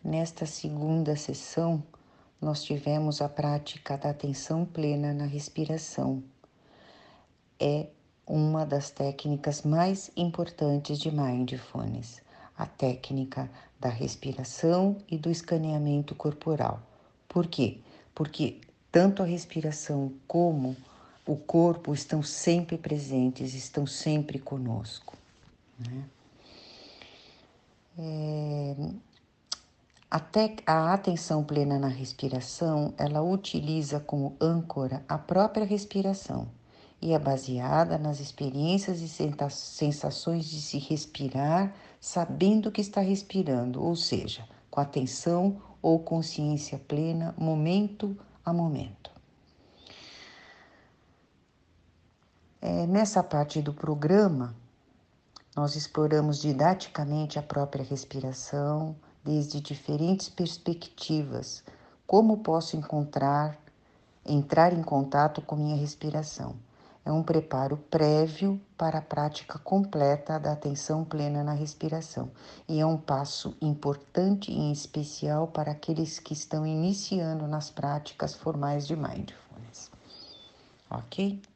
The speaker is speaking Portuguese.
Nesta segunda sessão, nós tivemos a prática da atenção plena na respiração. É uma das técnicas mais importantes de Mindfulness, a técnica da respiração e do escaneamento corporal. Por quê? Porque tanto a respiração como o corpo estão sempre presentes, estão sempre conosco, né? A atenção plena na respiração, ela utiliza como âncora a própria respiração e é baseada nas experiências e sensações de se respirar sabendo que está respirando, ou seja, com atenção ou consciência plena, momento a momento. Nessa parte do programa, nós exploramos didaticamente a própria respiração, desde diferentes perspectivas. Como posso entrar em contato com minha respiração? É um preparo prévio para a prática completa da atenção plena na respiração e é um passo importante e em especial para aqueles que estão iniciando nas práticas formais de Mindfulness. Ok?